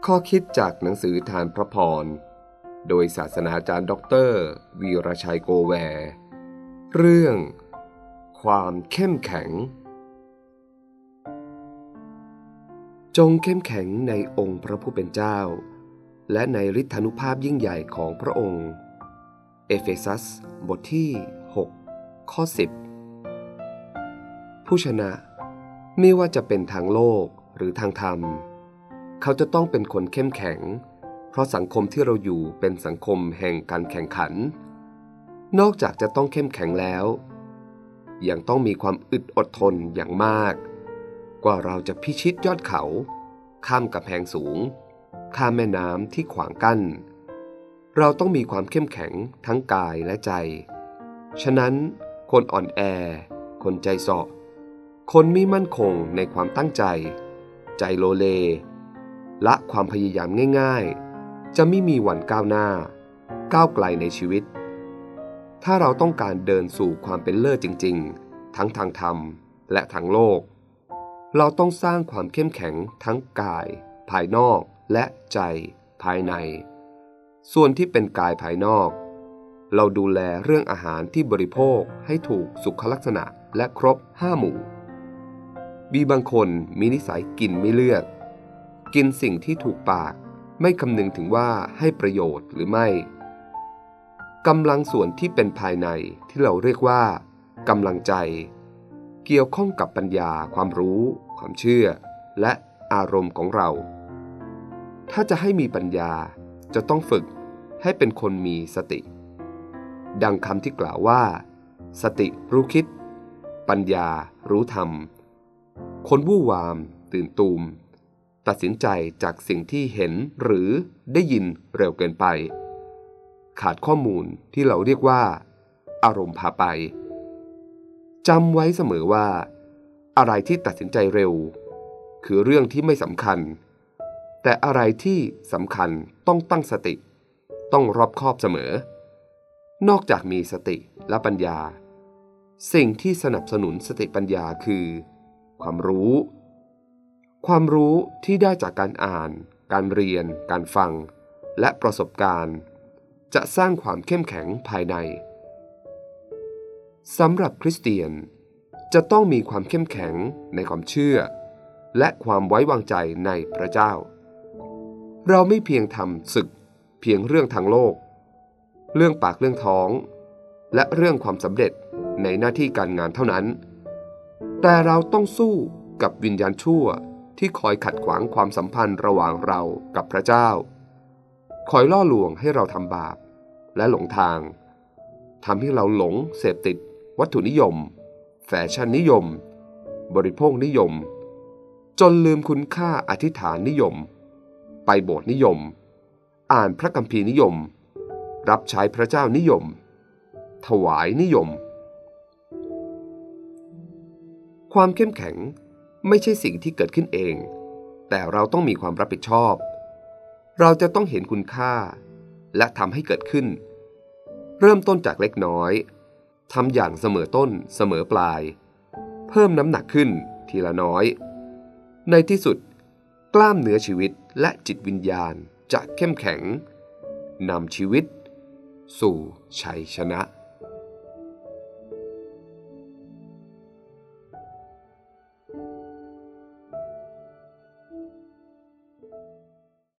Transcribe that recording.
ข้อคิดจากหนังสือทานพระพรโดยศาสนาจารย์ดร.วีรชัยโกแวร์เรื่องความเข้มแข็งจงเข้มแข็งในองค์พระผู้เป็นเจ้าและในฤทธานุภาพยิ่งใหญ่ของพระองค์เอเฟซัสบทที่6ข้อ10ผู้ชนะไม่ว่าจะเป็นทางโลกหรือทางธรรมเขาจะต้องเป็นคนเข้มแข็งเพราะสังคมที่เราอยู่เป็นสังคมแห่งการแข่งขันนอกจากจะต้องเข้มแข็งแล้วยังต้องมีความอึดอดทนอย่างมากกว่าเราจะพิชิตยอดเขาข้ามกำแพงสูงข้ามแม่น้ำที่ขวางกั้นเราต้องมีความเข้มแข็งทั้งกายและใจฉะนั้นคนอ่อนแอคนใจเสาะคนไม่มั่นคงในความตั้งใจใจโลเลละความพยายามง่ายๆจะไม่มีวันก้าวหน้าก้าวไกลในชีวิตถ้าเราต้องการเดินสู่ความเป็นเลิศจริงๆทั้งทางธรรมและทางโลกเราต้องสร้างความเข้มแข็งทั้งกายภายนอกและใจภายในส่วนที่เป็นกายภายนอกเราดูแลเรื่องอาหารที่บริโภคให้ถูกสุขลักษณะและครบ5หมู่มีบางคนมีนิสัยกินไม่เลือกกินสิ่งที่ถูกปากไม่คำนึงถึงว่าให้ประโยชน์หรือไม่กำลังส่วนที่เป็นภายในที่เราเรียกว่ากำลังใจเกี่ยวข้องกับปัญญาความรู้ความเชื่อและอารมณ์ของเราถ้าจะให้มีปัญญาจะต้องฝึกให้เป็นคนมีสติดังคำที่กล่าวว่าสติรู้คิดปัญญารู้ธรรมคนวู่วามตื่นตูมตัดสินใจจากสิ่งที่เห็นหรือได้ยินเร็วเกินไปขาดข้อมูลที่เราเรียกว่าอารมณ์พาไปจำไว้เสมอว่าอะไรที่ตัดสินใจเร็วคือเรื่องที่ไม่สำคัญแต่อะไรที่สำคัญต้องตั้งสติต้องรอบคอบเสมอนอกจากมีสติและปัญญาสิ่งที่สนับสนุนสติปัญญาคือความรู้ที่ได้จากการอ่านการเรียนการฟังและประสบการณ์จะสร้างความเข้มแข็งภายในสำหรับคริสเตียนจะต้องมีความเข้มแข็งในความเชื่อและความไว้วางใจในพระเจ้าเราไม่เพียงทำศึกเพียงเรื่องทางโลกเรื่องปากเรื่องท้องและเรื่องความสำเร็จในหน้าที่การงานเท่านั้นแต่เราต้องสู้กับวิญญาณชั่วที่คอยขัดขวางความสัมพันธ์ระหว่างเรากับพระเจ้าคอยล่อลวงให้เราทำบาปและหลงทางทำให้เราหลงเสพติดวัตถุนิยมแฟชั่นนิยมบริโภคนิยมจนลืมคุณค่าอธิษฐานนิยมไปโบสถ์นิยมอ่านพระคัมภีร์นิยมรับใช้พระเจ้านิยมถวายนิยมความเข้มแข็งไม่ใช่สิ่งที่เกิดขึ้นเองแต่เราต้องมีความรับผิดชอบเราจะต้องเห็นคุณค่าและทำให้เกิดขึ้นเริ่มต้นจากเล็กน้อยทำอย่างเสมอต้นเสมอปลายเพิ่มน้ำหนักขึ้นทีละน้อยในที่สุดกล้ามเนื้อชีวิตและจิตวิญญาณจะเข้มแข็งนำชีวิตสู่ชัยชนะ